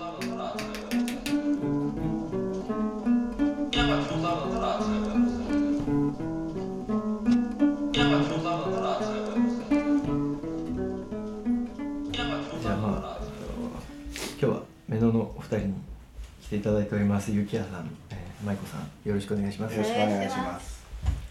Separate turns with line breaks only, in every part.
じゃあ今日はメノのお二人に来ていただいております。ゆきやさん、まいこさん、よろしくお願いします。
よろしくお願いします。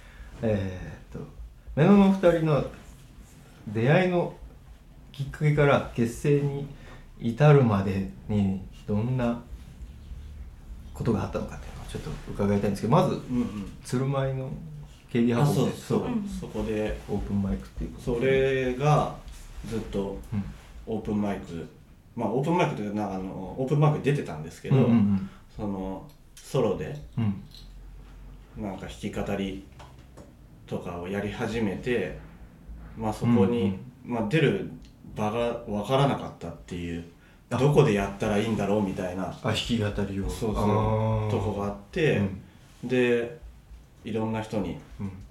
メノのお二人の出会いのきっかけから結成に至るまでにどんなことがあったのかっていうのをちょっと伺いたいんですけど、まず、鶴舞の警備運びで
そこで
オープンマイクっていうこと
それがずっとオープンマイク、オープンマイクというかオープンマイク出てたんですけど、そのソロでなんか弾き語りとかをやり始めて、そこに、出る場が分からなかったっていう、どこでやったらいいんだろうみたいな
弾き語りを
とこがあって、でいろんな人に、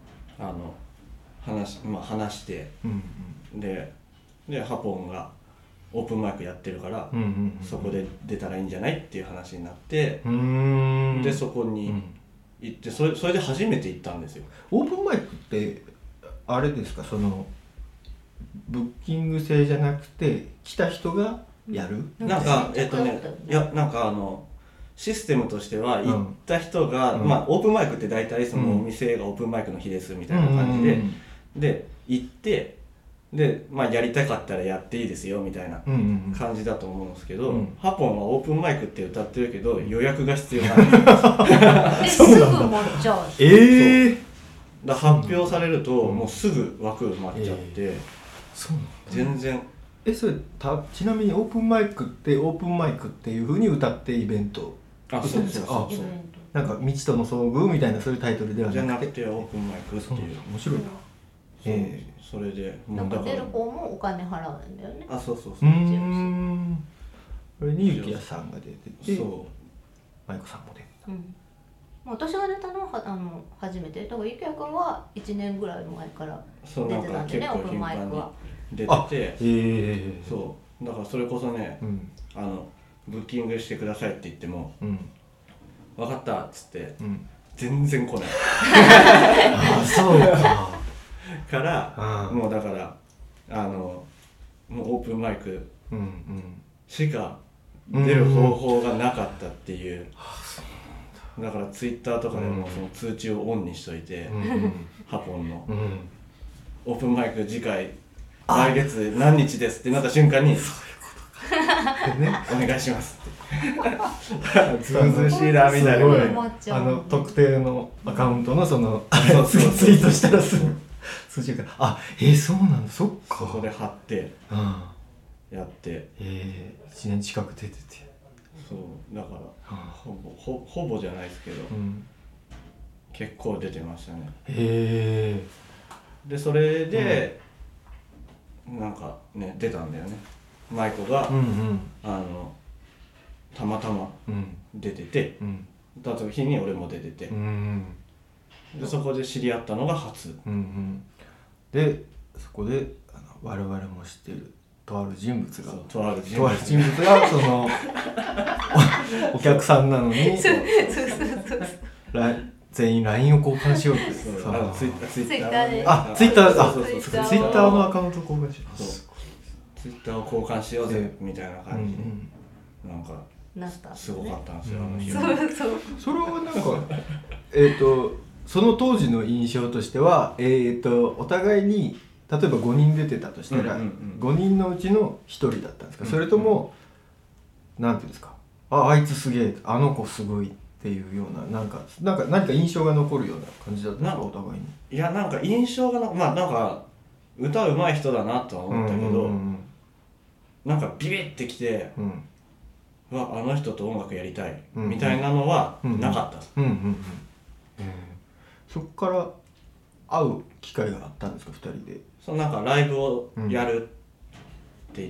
話して、でハポンがオープンマイクやってるから、そこで出たらいいんじゃないっていう話になって、でそこに行って、それで初めて行ったんですよ。
オープンマイクってあれですか、そのブッキング制じゃなくて来た人がやる？
なんかいやなんかシステムとしては行った人が、オープンマイクって大体そのお店がオープンマイクの日ですみたいな感じで、で行ってで、やりたかったらやっていいですよみたいな感じだと思うんですけど、ハポンはオープンマイクって歌ってるけど予約が必要なんです
すぐ持っちゃう。
だ発表されるともうすぐ枠埋まっちゃって、
そう
全然
それちなみにオープンマイクっていう風に歌ってイベント
そう
なんか未知との遭遇みたいなそういうタイトルでは
じゃなく
なくて
てオープンマイクっていう。
面白いな。
それで
なんか出る方もお金払うんだよね。
そう
これにゆきやさんが出てて、まいこさんも出てた。
私が出たのは初めてだからゆきやくんは1年ぐらい前から出てたんでね、オープンマイクは
出てて、
そう
だからそれこそね、ブッキングしてくださいって言っても、分かったっつって、全然来ない
そうか
からもうだからもうオープンマイクしか出る方法がなかったっていう、だからツイッターとかでもその通知をオンにしといて、ハポンのオープンマイク次回来月何日ですってなった瞬間にお願いしますってずうずうしいなみたいな、
特定のアカウントのそのツイートしたらすぐ通知がそうなの、そっか。
そこで貼ってやって
1年近く出てて、
そうだからほぼじゃないですけど、結構出てましたね。でそれで、なんかね出たんだよね。マイコが、たまたま出てて、だった日に俺も出てて、でそこで知り合ったのが初、
でそこで我々も知っているとある人物がそのお客さんなのに全員 LINE を交換しようって
ツイッタ
ーのアカウント交換しよう、
ツイッターを交換しようぜみたいな感じで、なんかすごかったんですよ、あの日は。
それはなんかその当時の印象としては、お互いに例えば5人出てたとしたら、5人のうちの1人だったんですか、それともなんていうんですか、あいつすげえ、あの子すごいっていうような、なんか何か印象が残るような感じだったんですか、お互いに。
いや、なんか印象がなんか歌うまい人だなとは思ったけど、なんかビビってきて、あの人と音楽やりたいみたいなのはなかったです。
そこから会う機会があったんですか、2人で。
なんかライブをやるって言って、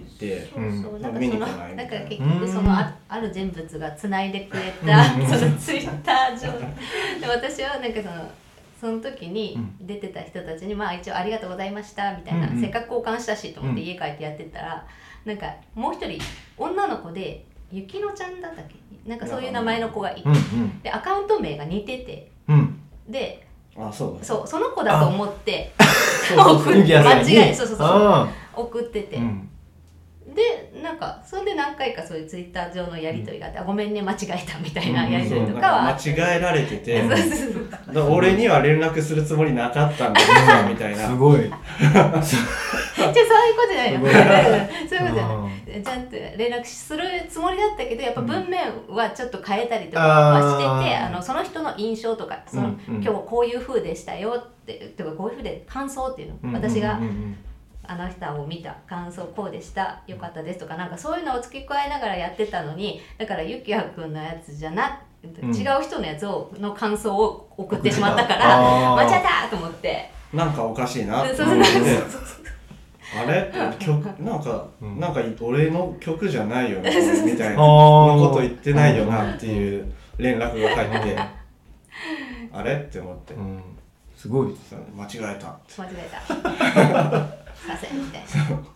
見に来ないみたいな。
だから結局そのある人物がつないでくれたそのツイッター上で、私はなんかその時に出てた人たちに一応ありがとうございましたみたいな、せっかく交換したしと思って家帰ってやってたら、なんかもう一人女の子でゆきのちゃんだったっけ、なんかそういう名前の子がいて、でアカウント名が似てて、でそうその子だと思って間違いそう送ってて、でなんかそれで何回かそういうツイッター上のやり取りがあって、ごめんね間違えたみたいなやり取りとかは
間違えられてて俺には連絡するつもりなかったんだみたいな
すごい
じゃあそういうことじゃないのそういうことじゃない、ちゃんと連絡するつもりだったけど、やっぱ文面はちょっと変えたりとかはしてて、その人の印象とか今日こういう風でしたよってとか、こういう風で感想っていうの、私があの人を見た感想こうでした、よかったですとか、なんかそういうのを付け加えながらやってたのに、だからゆきやくんのやつじゃな違う人のやつの感想を送ってしまったから間違えたと思って、
なんかおかしいなって思ってあれ曲なんか俺の曲じゃないよねみたいなこと言ってないよなっていう連絡が入ってあれって思って、
すごい
間違えた
させみたいな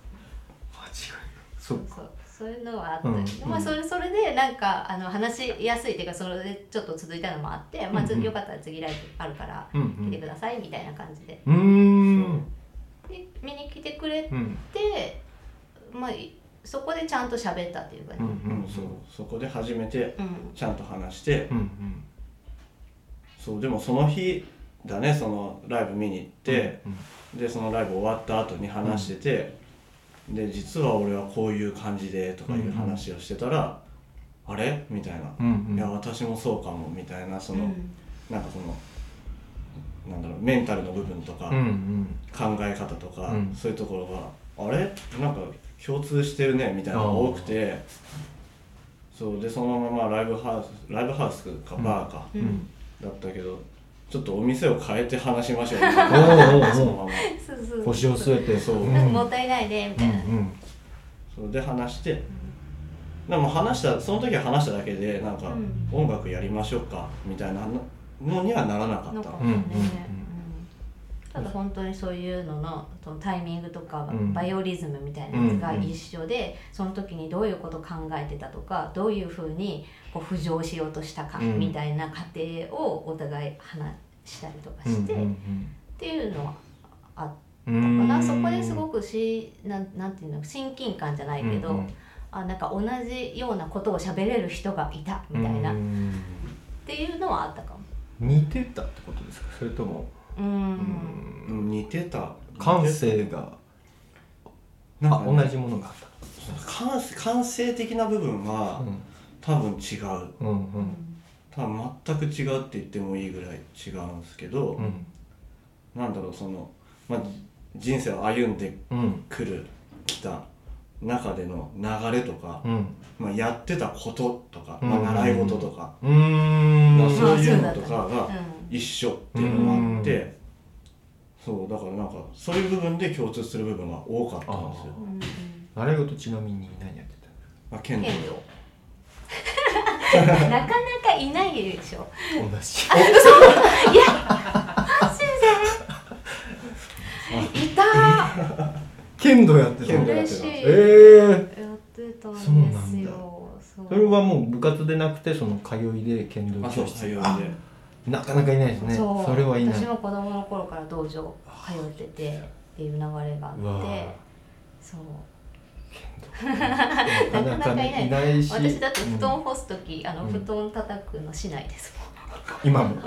そういうのはあって、まあそれでなんか話しやすいっていうか、それでちょっと続いたのもあって、まあよかったら次ライブあるから来てくださいみたいな感じで、で見に来てくれて、まあそこでちゃんと喋ったっていうかね、
そこで初めてちゃんと話して、そうでもその日だね、そのライブ見に行って、でそのライブ終わった後に話してて、で実は俺はこういう感じでとかいう話をしてたら、あれみたいな、いや私もそうかもみたいな、その、なんかそのなんだろう、メンタルの部分とか、考え方とか、そういうところがあれなんか共通してるねみたいなのが多くて、そうでそのままライブハウスかバーか、だったけど、ちょっとお店を変えて話しましょうみたいなそのまま
腰を据えて、
そうもったいないねみたいな、
そうで話して、でもその時は話しただけで、なんか音楽やりましょうかみたいなのにはならなかった。
ただ本当にそういうののそのタイミングとかバイオリズムみたいなやつが一緒で、その時にどういうことを考えてたとか、どういうふうにこう浮上しようとしたかみたいな過程をお互い話したりとかして、っていうのはあったかな。そこですごくなんていうの、親近感じゃないけど、なんか同じようなことを喋れる人がいたみたいなっていうのはあったかも。
似てたってことですか、それとも
似てた、
感性がなんか、同じものがあった、
感性的な部分は、多分違う、多分全く違うって言ってもいいぐらい違うんですけど、なんだろう、その、人生を歩んできた中での流れとか、やってたこととか、習い事とか、そういうのとかが一緒っていうのがあって、そうだからなんかそういう部分で共通する部分が多かったんですよ。
習い事ちなみに何やってたんですか？
剣道。
なかなかいないでしょ。
同じ。
いや、マジでいた。
剣道やってた。
嬉しい。やってたんですよ。
それはもう部活でなくて、その通いで剣道教室。なかなかいないですね。それはいない。
私も子供の頃から道場通っててっていう流れがあって、そう。なかなかいないし、私だって布団干すとき、布団叩くのしないですもん。
今も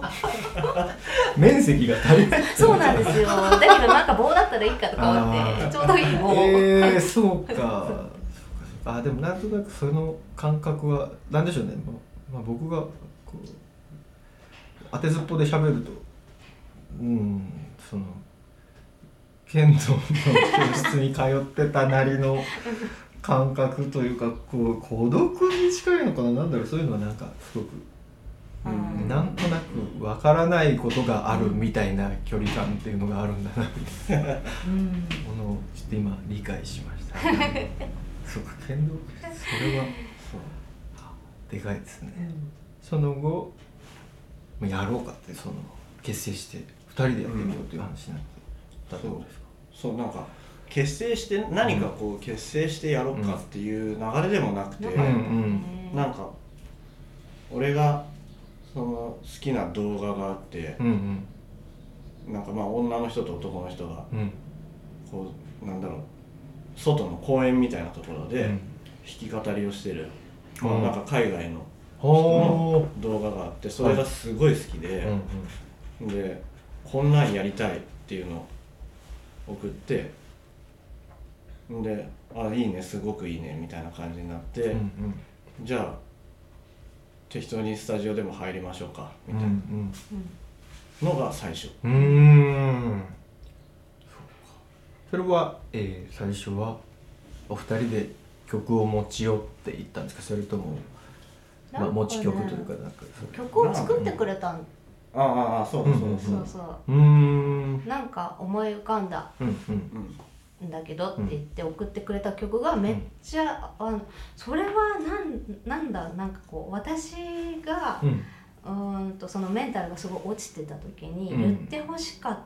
面積が足りない。
そうなんですよ。だけどなんか棒だったらいいかとか思って、ちょうどいい棒。
そうか。でもなんとなくその感覚はなんでしょうね。僕がこう当てずっぽで喋ると、その剣道の教室に通ってたなりの感覚というか、こう孤独に近いのかな、なんだろう、そういうのはなんかすごく、なんとなくわからないことがあるみたいな距離感っていうのがあるんだなみたいなものをちょっと今理解しました。そうか、剣道それはでかいですね。その後やろうかってその結成して2人でやってみようという話になってたってことですか？
そうなんか結成して何かこう結成してやろうかっていう流れでもなくて、なんか俺がその好きな動画があって、なんかまあ女の人と男の人がこうなんだろう外の公園みたいなところで弾き語りをしてる、なんか海外の人の動画があって、それがすごい好きで、でこんなんやりたいっていうのを送って、であいいねすごくいいねみたいな感じになって、じゃあ適当にスタジオでも入りましょうかみたいなのが最初。
それは、最初はお二人で曲を持ち寄っていったんですか、それとも、まあ、持ち曲というかなんか
曲を作ってくれたん。
そう
なんか思い浮かんだんだけどって言って送ってくれた曲がめっちゃ、それはなんだなんかこう私がそのメンタルがすごい落ちてた時に言ってほしかった、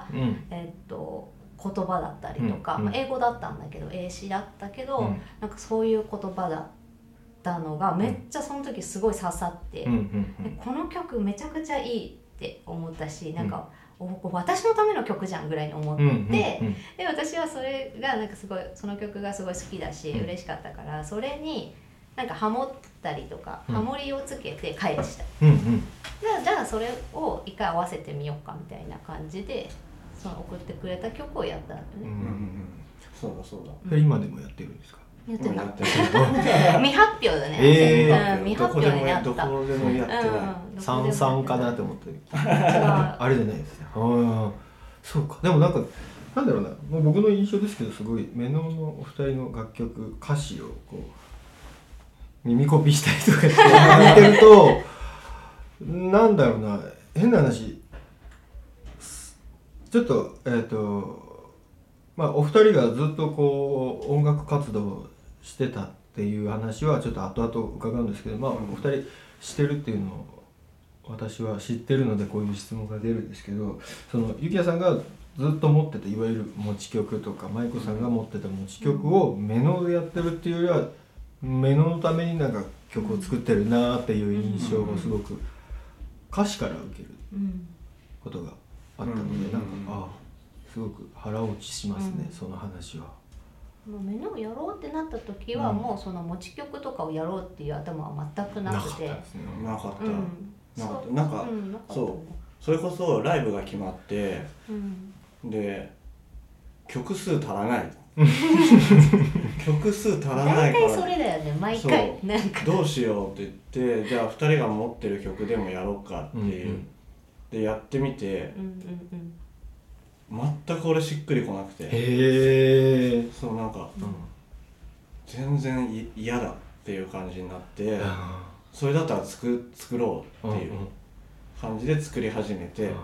言葉だったりとか、英語だったんだけど英詞だったけど、なんかそういう言葉だったのがめっちゃその時すごい刺さって、この曲めちゃくちゃいいって思ったし、なんか、私のための曲じゃんぐらいに思って、で私はそれがなんかすごいその曲がすごい好きだし嬉しかったから、それになんかハモったりとか、ハモリをつけて返した、じゃあそれを一回合わせてみようかみたいな感じでその送ってくれた曲をやったんだよね。
そうだそうだ。
それ今でもやってるんですか？
やってた。未発表だね。未発表になった。
どこでもやってない。
三々かなと思ってあれじゃないですね。そうか。でもなんかなんだろうな、もう僕の印象ですけど、すごいメノのお二人の楽曲歌詞をこう耳コピーしたりとかして聞いてるとなんだろうな、変な話ちょっとまあお二人がずっとこう音楽活動してたっていう話はちょっと後々伺うんですけど、まあお二人してるっていうのを私は知ってるのでこういう質問が出るんですけど、そのゆきやさんがずっと持ってたいわゆる持ち曲とか、舞子さんが持ってた持ち曲をメノでやってるっていうよりはメノのためになんか曲を作ってるなっていう印象をすごく歌詞から受けることがあったので、なんかすごく腹落ちしますね、その話は。
もうメノをやろうってなった時は、もうその持ち曲とかをやろうっていう頭は全くなくて、
なかった。なんかそうそれこそライブが決まって、で曲数足らない曲数足らないから
大体それだよね、毎回なんか
どうしようって言って、じゃあ2人が持ってる曲でもやろうかっていう、でやってみて、全く俺しっくりこなくて、そうなんか、全然嫌だっていう感じになって、それだったら作ろうっていう感じで作り始めてや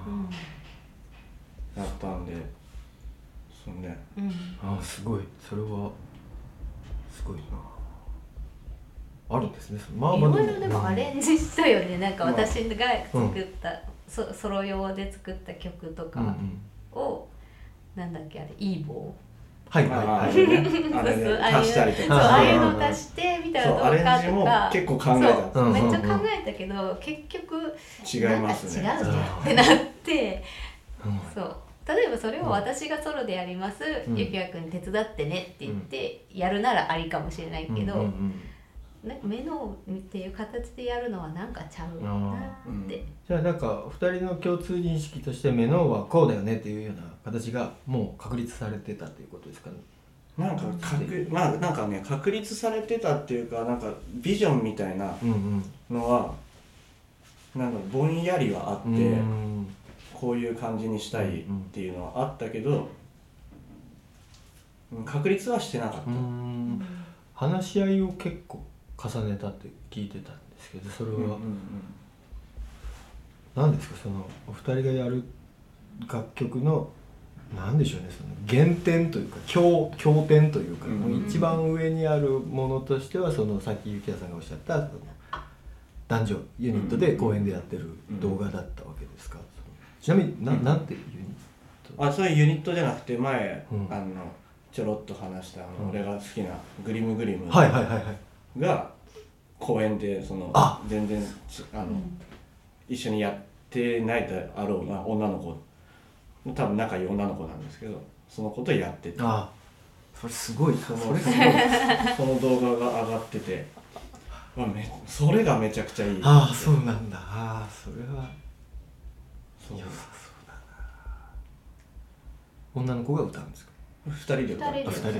ったんで、そうね、
すごい、それはすごいな、あるんですね。
いろいろでもアレンジしたよね。なんか私が作った、ソロ用で作った曲とかを、なんだっけあれ、イーボー、
あれ足したりとか、
ああいうの足してみたいなどうかとか、
アレンジも結構考えた、
めっちゃ考えたけど結局
違いますね、
違うじゃんってなって、そう例えばそれを私がソロでやります、ゆきやくん手伝ってねって言ってやるならありかもしれないけど、なんかメノっていう形でやるのはなんかちゃうなって、
じゃあなんか2人の共通認識としてメノはこうだよねっていうような形がもう確立されてたということですかね。
なんかなんかね、確立されてたっていうか、なんかビジョンみたいなのはなんかぼんやりはあって、こういう感じにしたいっていうのはあったけど、確立はしてなかった。
話し合いを結構重ねたって聞いてたんですけど、それは何ですか、そのお二人がやる楽曲の何でしょうね、その原点というか経典というか、もう一番上にあるものとしては、そのさっきゆきやさんがおっしゃったその男女ユニットで公演でやってる動画だったわけですか。ちなみになんていうユニット？
それユニットじゃなくて前、 ちょろっと話した俺が好きなグリムグリム
はいはいはいはい
が公演で全然一緒にやってないであろうな女の子、多分仲いい女の子なんですけど、その子とやってて、
それすごいな。
その動画が上がってて、それがめちゃくちゃいい。
そうなんだ。それは良さそうだな。女の子が歌うんですか
？2人で歌って
2人で歌って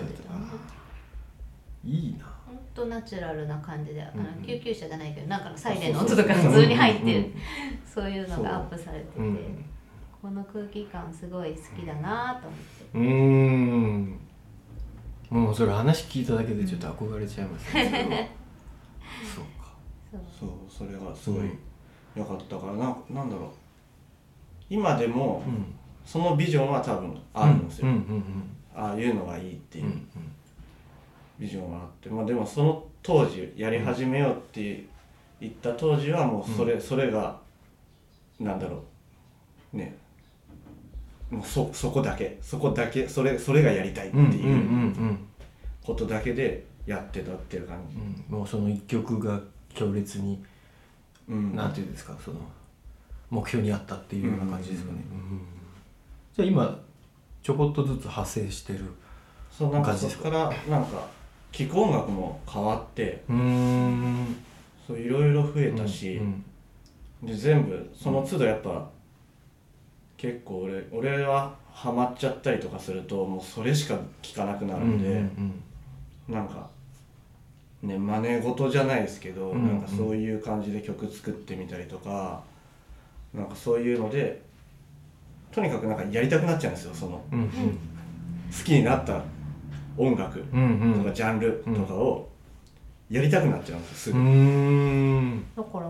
いいな。
ほんとナチュラルな感じで、救急車じゃないけどなんかのサイレンの音とか普通に入ってる、そういうのがアップされてて、この空気感すごい好きだなと思って。
もうそれ話聞いただけでちょっと憧れちゃいますね。そうか。
そう、それがすごい良かったから、なんだろう、今でもそのビジョンは多分あるんですよ。ああいうのがいいっていうビジョンがあって、でもその当時やり始めようって言った当時はもうそれがなんだろうね、もうそこだけそれがやりたいっていうことだけでやってたっていう感じ。
もうその一曲が強烈に、なんていうんですか、その目標にあったっていうような感じですかね。じゃあ今ちょこっとずつ派生してる感じですか？
そこからなんか聴く音楽も変わって、そういろいろ増えたし、で全部その都度やっぱ結構俺はハマっちゃったりとかするともうそれしか聴かなくなるんで、なんかね真似事じゃないですけど、なんかそういう感じで曲作ってみたりとか、なんかそういうのでとにかくなんかやりたくなっちゃうんですよ。その、好きになった音楽とかジャンルとかをやりたくなっちゃうんですよ、すぐ。
だから、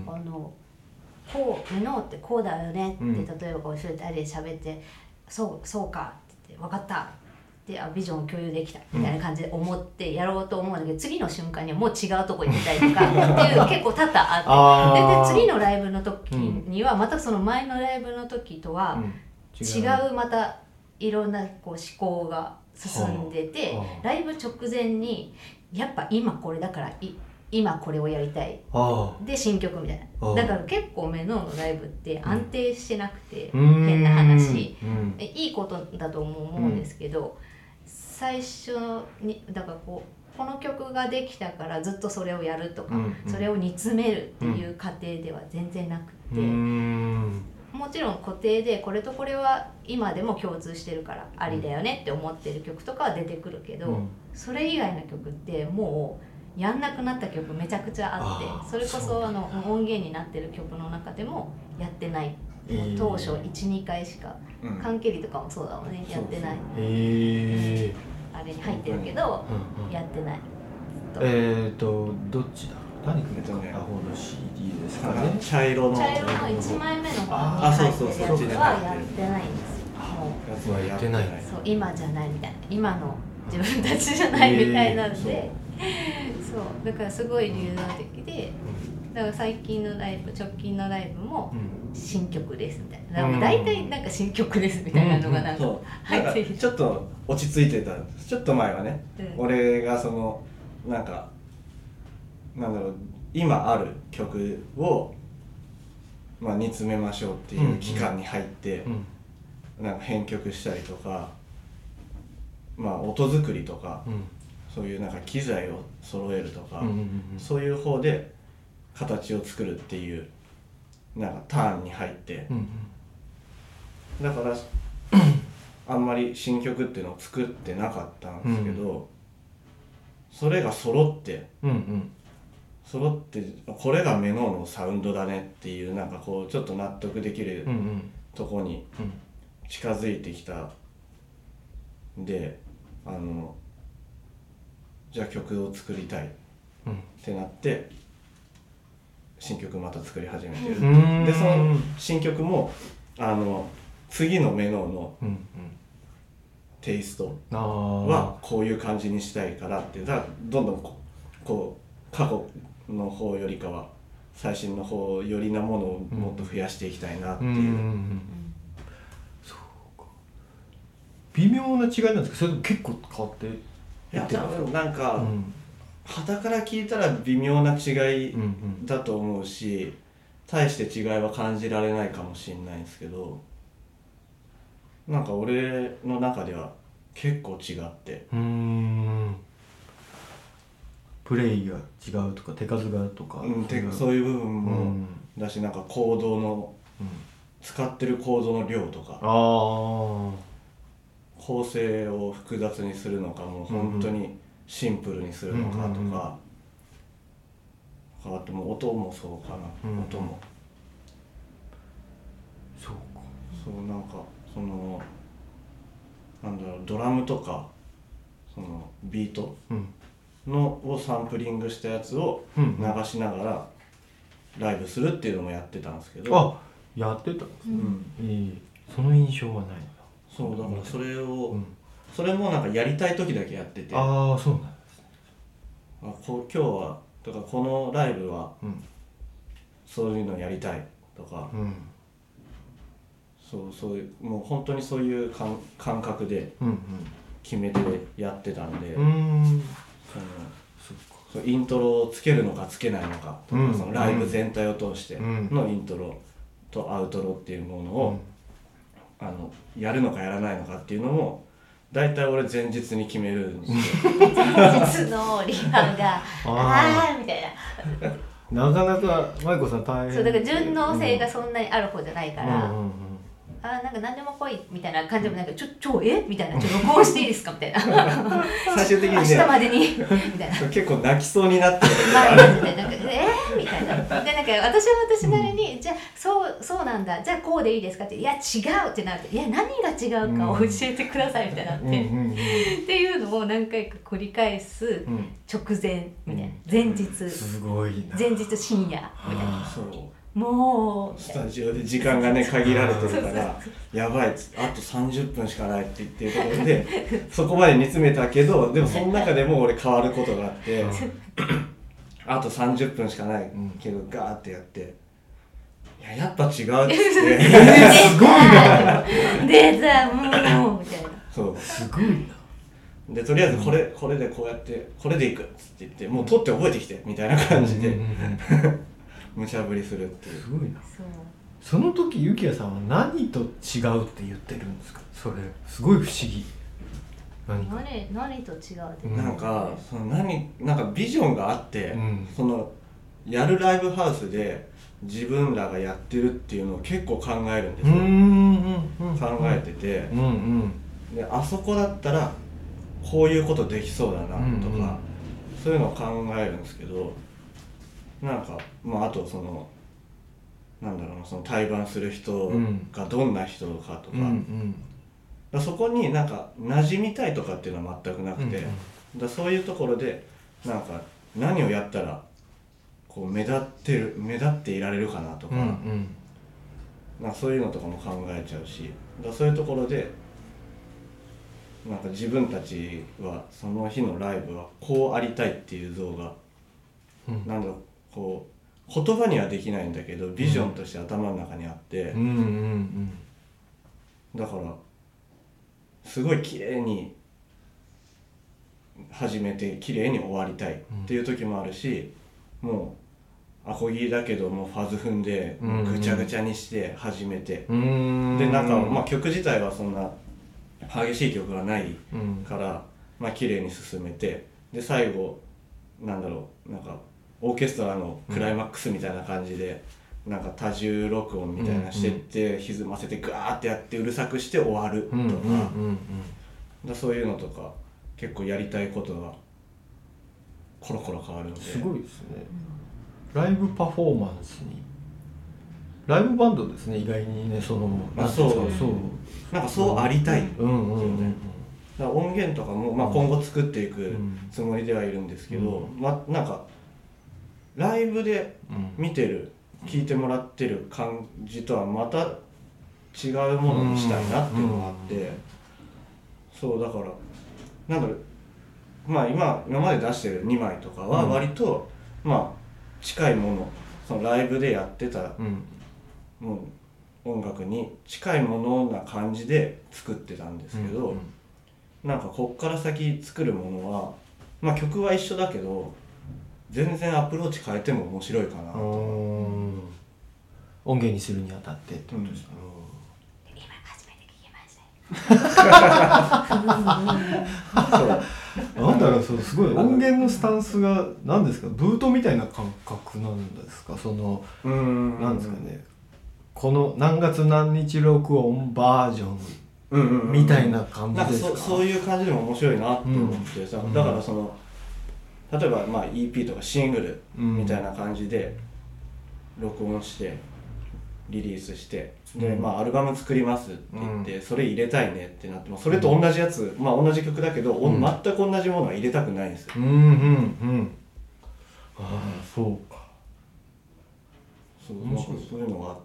こうメノってこうだよねって例えばこう一人で喋って、そうかって言って分かったってビジョンを共有できたみたいな感じで思ってやろうと思うんだけど、次の瞬間にはもう違うとこ行ってたりとかっていう結構多々あって、で次のライブの時にはまたその前のライブの時とは違うまたいろんなこう思考が進んでて、ライブ直前にやっぱ今これだから今これをやりたいで新曲みたいな。だから結構メノのライブって安定してなくて、変な話、いいことだとも思うんですけど、最初にだからこの曲ができたからずっとそれをやるとか、それを煮詰めるっていう過程では全然なくて、もちろん固定でこれとこれは今でも共通してるからありだよねって思ってる曲とかは出てくるけど、それ以外の曲ってもうやんなくなった曲めちゃくちゃあって、それこそ音源になってる曲の中でもやってない、当初 1,2 回しか、カンケリとかもそうだもんね、やってない、あれに入ってるけど、やってない。
どっちだ、何くれたの？アホの CD ですかね。
茶色の
1枚目の方に入ってるやつはやってないんですよ。
やってない。
そう今じゃないみたいな、今の自分たちじゃないみたいなので、そうだからすごい流動的で、だから最近のライブ、直近のライブも新曲ですみたいな、だから大体なんか新曲ですみたいなのがなんか入ってきて、
ちょっと落ち着いてた。ちょっと前はね、俺がそのなんかなんだろう、今ある曲を煮詰めましょうっていう期間に入って、なんか編曲したりとか、音作りとか、そういうなんか機材を揃えるとか、そういう方で形を作るっていうなんかターンに入って、だからあんまり新曲っていうのを作ってなかったんですけど、それが揃ってこれがメノのサウンドだねっていう、なんかこうちょっと納得できるとこに近づいてきたんで、じゃあ曲を作りたいってなって新曲また作り始めてる。でその新曲も次のメノのテイストはこういう感じにしたいからって、だからどんどんこう過去の方よりかは最新の方よりなものをもっと増やしていきたいなっていう。
そうか。 微妙な違いなんですか、それとも結構変わってい
ってますか？なんか、傍から聞いたら微妙な違いだと思うし、大して違いは感じられないかもしれないんですけど、なんか俺の中では結構違って、
プレイが違うとか手数がとか、
そういう部分もだし、なんかコードの、使ってるコードの量とか、構成を複雑にするのか、もう本当にシンプルにするのかとか、あとも音もそうかな、音も
そうか、
そうなんかそのなんだろう、ドラムとかそのビートのをサンプリングしたやつを流しながらライブするっていうのもやってたんですけど、
あ、やってたんですね。その印象はないな。
そうだからそれを、それもなんかやりたい時だけやってて、
ああそうなんですね。
今日はとかこのライブはそういうのやりたいとか、そういうもう本当にそういう感覚で決めてやってたんで、そのイントロをつけるのかつけないのかとか、そのライブ全体を通してのイントロとアウトロっていうものを、やるのかやらないのかっていうのも大体俺前日に決めるんですよ。
前日のリハがみたい
な。なかなか舞子さん大変。
そうだから順応性がそんなにある方じゃないから、なんか何でも来いみたいな感じでもなんかみたいな、録音していいですかみたいな。
最終的にね、
明日までにみたいな。
結構泣きそうになってる。
みたいな、みたいな。でなんか私は私なりに、じゃあそうなんだ、じゃあこうでいいですかって、いや違うってなると、いや何が違うかを教えてくださいみたいなってっていうのを何回か繰り返す直前みたいな、前日
すごいな、
前日深夜みたいな。
そう
もう
スタジオで時間がね限られてるからやばいっつって、あと30分しかないって言ってるところでそこまで煮詰めたけど、でもその中でも俺変わることがあってあと30分しかないけどガーってやって、やっぱ違うっつってすごい
な出たもうみたいな、
そう
すごいな。で
とりあえずこれでこうやってこれでいくっつって言って、もう取って覚えてきてみたいな感じで無茶ぶりするっていう。
すごいな。その時ゆきやさんは何と違うって言ってるんですか？それすごい不思議。
何と違うって、
なんかなんかビジョンがあって、そのやるライブハウスで自分らがやってるっていうのを結構考えるんですよ。考えてて、であそこだったらこういうことできそうだなとか、そういうのを考えるんですけど、なんかあとそのなんだろうな、その対バンする人がどんな人かとか、そこになんか馴染みたいとかっていうのは全くなくて、そういうところでなんか何をやったらこう目立っていられるかなとか、なんかそういうのとかも考えちゃうし、そういうところでなんか自分たちはその日のライブはこうありたいっていう像が、なんだろう、こう言葉にはできないんだけどビジョンとして頭の中にあって、だからすごい綺麗に始めて綺麗に終わりたいっていう時もあるし、もうアコギだけどもファズ踏んでぐちゃぐちゃにして始めて、でなんか曲自体はそんな激しい曲がないから、綺麗に進めて、で最後なんだろう、なんかオーケストラのクライマックスみたいな感じで、なんか多重録音みたいなしてって、歪ませてガーってやってうるさくして終わるとか、そういうのとか結構やりたいことがコロコロ変わるんで。
すごいですね。ライブパフォーマンスにライブバンドですね、意外にね。そう
なんかそうありたいですよね。だから音源とかも今後作っていくつもりではいるんですけど、なんかライブで見てる、聴いてもらってる感じとはまた違うものにしたいなっていうのがあって、そうだからなんだろう、今まで出してる2枚とかは割と近いもの、そのライブでやってたもう音楽に近いものな感じで作ってたんですけど、なんかこっから先作るものはまあ曲は一緒だけど全然アプローチ変えても面白いかなと。
音源にするにあたってってことですか。
今初めて聞きました
そうなんだろう、そうすごい音源のスタンスが何ですか、ブートみたいな感覚なんですか、そのなんですかね、この何月何日録音バージョンみたいな感じですか。
なんかそういう感じでも面白いなと思ってさ、だからその例えばまあ EP とかシングルみたいな感じで録音してリリースして、でまあアルバム作りますって言ってそれ入れたいねってなっても、それと同じやつ、まあ同じ曲だけど全く同じものは入れたくないんですよ。
ああそうか。
そういうのがあって、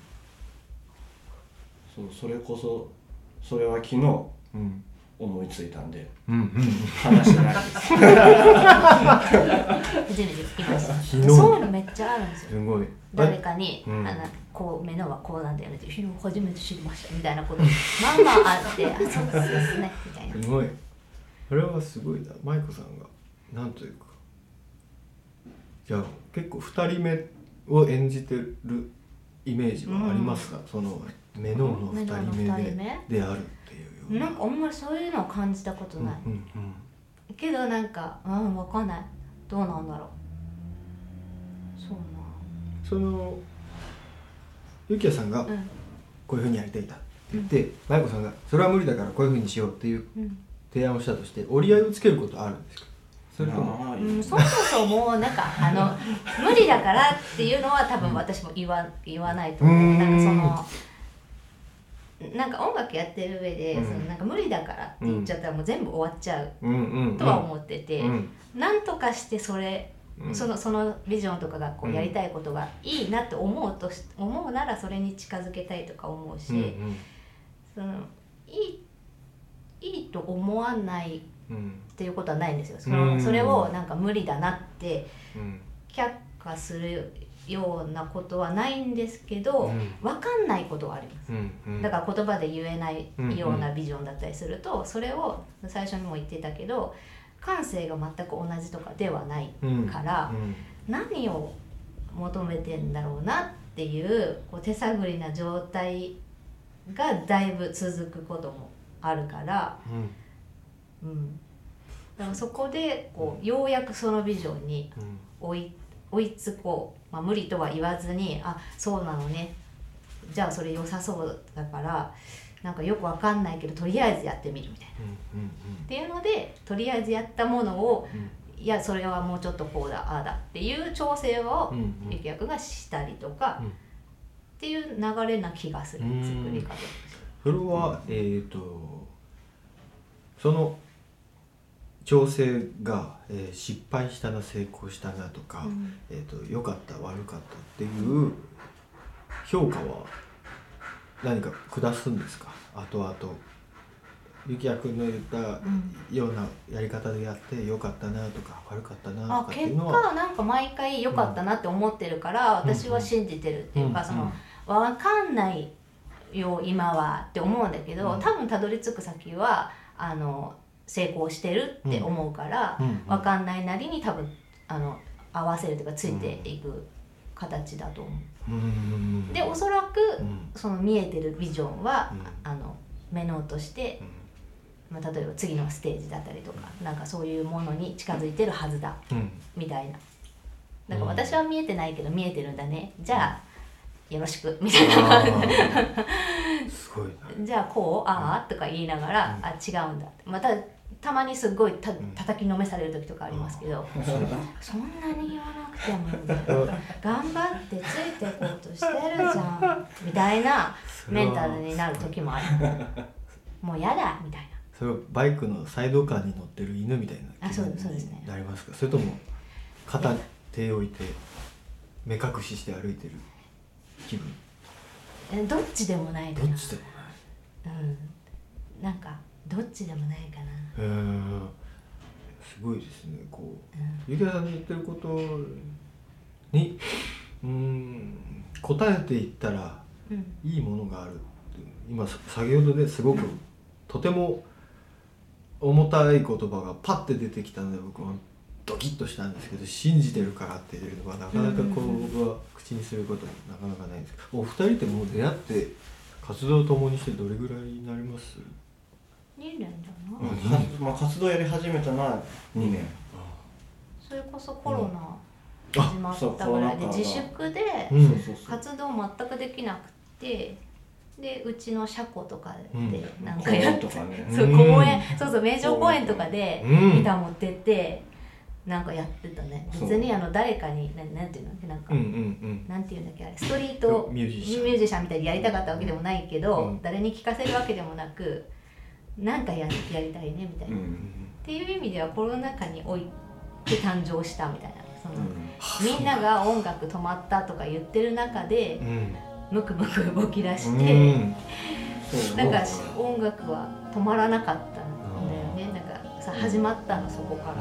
それこそそれは昨日思いついたんで、話してないです。
初めて聞きました。そういうのめっちゃあるんですよ。
すごい。
誰かに、こう目のはこうなんだよねって初めて知りましたみたいなことまあまああって、あ、そうですねみたいな。
すごい。これはすごいな。舞子さんがなんというか、じゃあ結構2人目を演じてるイメージはありますか、そのメノウの2人目であるっていうような。
なんかあんまりそういうのを感じたことない、けどなんか分かんない、どうなんだろう。そうな、
そのゆきやさんがこういうふうにやりたいんだって言って、舞子さんがそれは無理だからこういうふうにしようっていう提案をしたとして、折り合いをつけることはあるんですか。それとも
そもそもなんか無理だからっていうのは多分私も言わないと思う。なんかそのなんか音楽やってる上で、そのなんか無理だからって言っちゃったらもう全部終わっちゃうとは思ってて、なんとかしてそれ、そのビジョンとかがこうやりたいことがいいなって思うならそれに近づけたいとか思うし、そのいいと思わないっていうことはないんですよ。それをなんか無理だなって却下するようなことはないんですけど、分かんないことはあります、だから言葉で言えないようなビジョンだったりすると、それを最初にも言ってたけど感性が全く同じとかではないから、何を求めてんだろうなっていう手探りな状態がだいぶ続くこともあるから、だからそこでようやくそのビジョンに追いつこう、無理とは言わずに、あ、そうなのね、じゃあそれ良さそうだからなんかよくわかんないけどとりあえずやってみるみたいな、っていうのでとりあえずやったものを、いやそれはもうちょっとこうだああだっていう調整をゆきやくんがしたりとか、っていう流れな気がする、作り方。
それはその調整が、失敗したな成功したなとか、良かった悪かったっていう評価は何か下すんですか、後々。ゆきやくんの言ったようなやり方でやって良かったなとか悪かったなとかっていうのは、
結果なんか毎回良かったなって思ってるから、私は信じてるっていうか、分かんないよ今はって思うんだけど、多分たどり着く先は成功してるって思うから、分かんないなりに多分合わせるというかついていく形だと思う。でおそらくその見えてるビジョンはメノウとして、例えば次のステージだったりとか、なんかそういうものに近づいてるはずだ、みたいな。だから私は見えてないけど見えてるんだね、じゃあよろしくみたいな
すごいな。
じゃあこうああとか言いながら、あ違うんだって、またたまにすごい叩きのめされる時とかありますけど、そんなに言わなくてもみたいな、頑張ってついていこうとしてるじゃんみたいなメンタルになる時もある。もうやだみたいな。
それはバイクのサイドカーに乗ってる犬みたいな気分になりますか。それとも肩に手を置いて目隠しして歩いてる気分。
どっちでもないかな。
どっちでもない。
なんかどっちでもないかな。
すごいですね。ゆきやさんの言ってることに答えていったらいいものがあるって今先ほどですごくとても重たい言葉がパッて出てきたので僕はドキッとしたんですけど、信じてるからっていうのはなかなかこう僕は口にすることもなかなかないんですけど、お二人ってもう出会って活動を共にしてどれぐらいになります？
2年じゃない？
まあ活動やり始めたのは2年。
それこそコロナ始まったぐらいで自粛で活動全くできなくて、でうちの車庫とかでなんかやって、そう公園、そうそう名城公園とかでギター持ってってなんかやってたね。別に誰かになんていうのなんかなんていうんだっけあれストリートミュージシャンみたいにやりたかったわけでもないけど、誰に聴かせるわけでもなくなんかやりたいねみたいな、っていう意味ではコロナ禍において誕生したみたいな、みんなが音楽止まったとか言ってる中で、ムクムク動き出して、なんか音楽は止まらなかったんだよね。なんかさ始まったのそこから。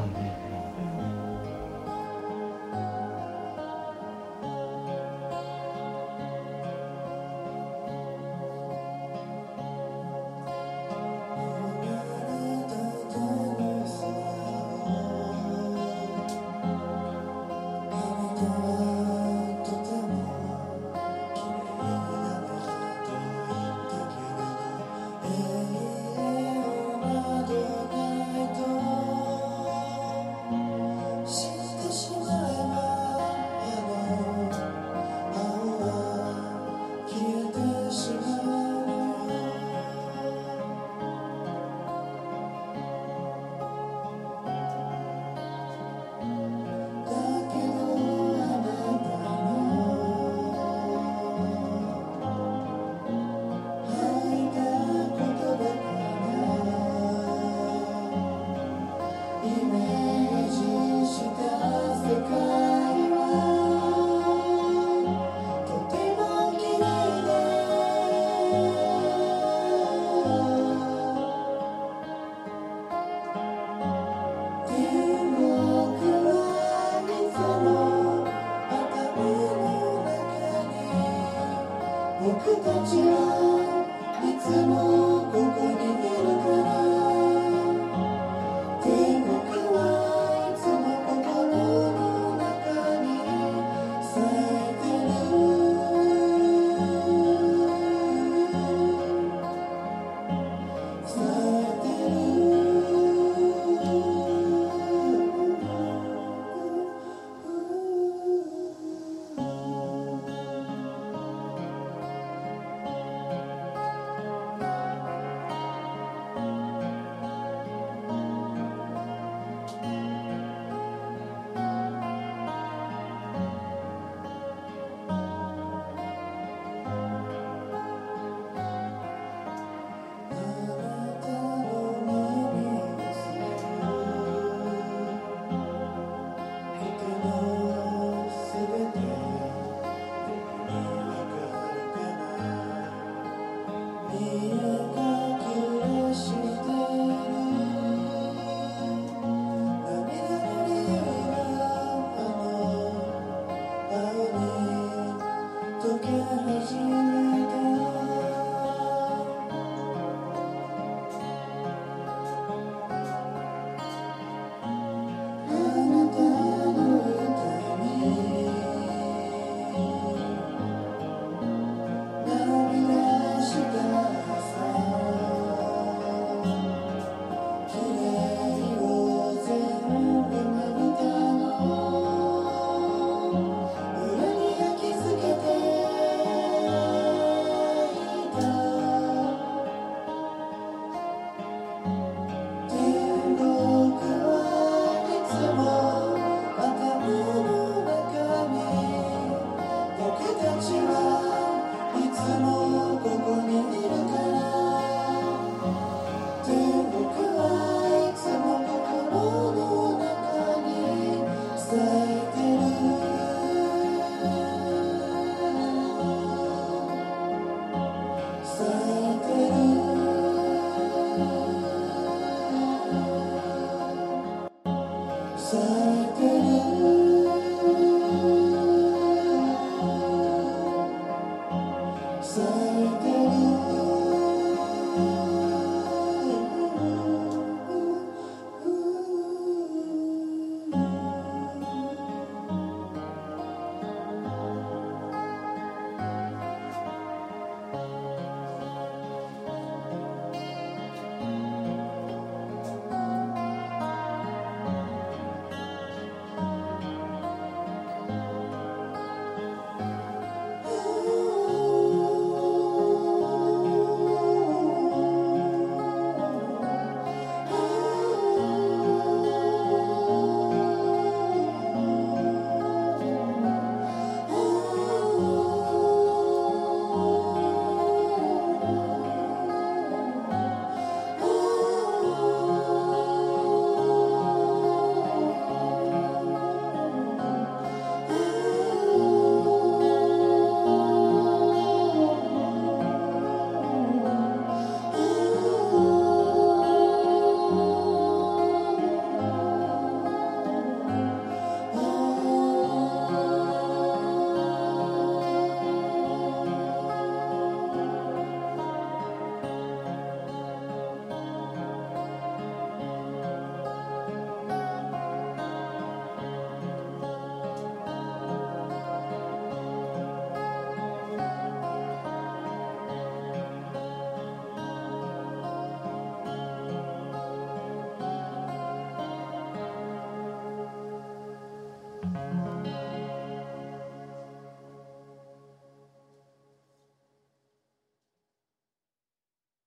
さ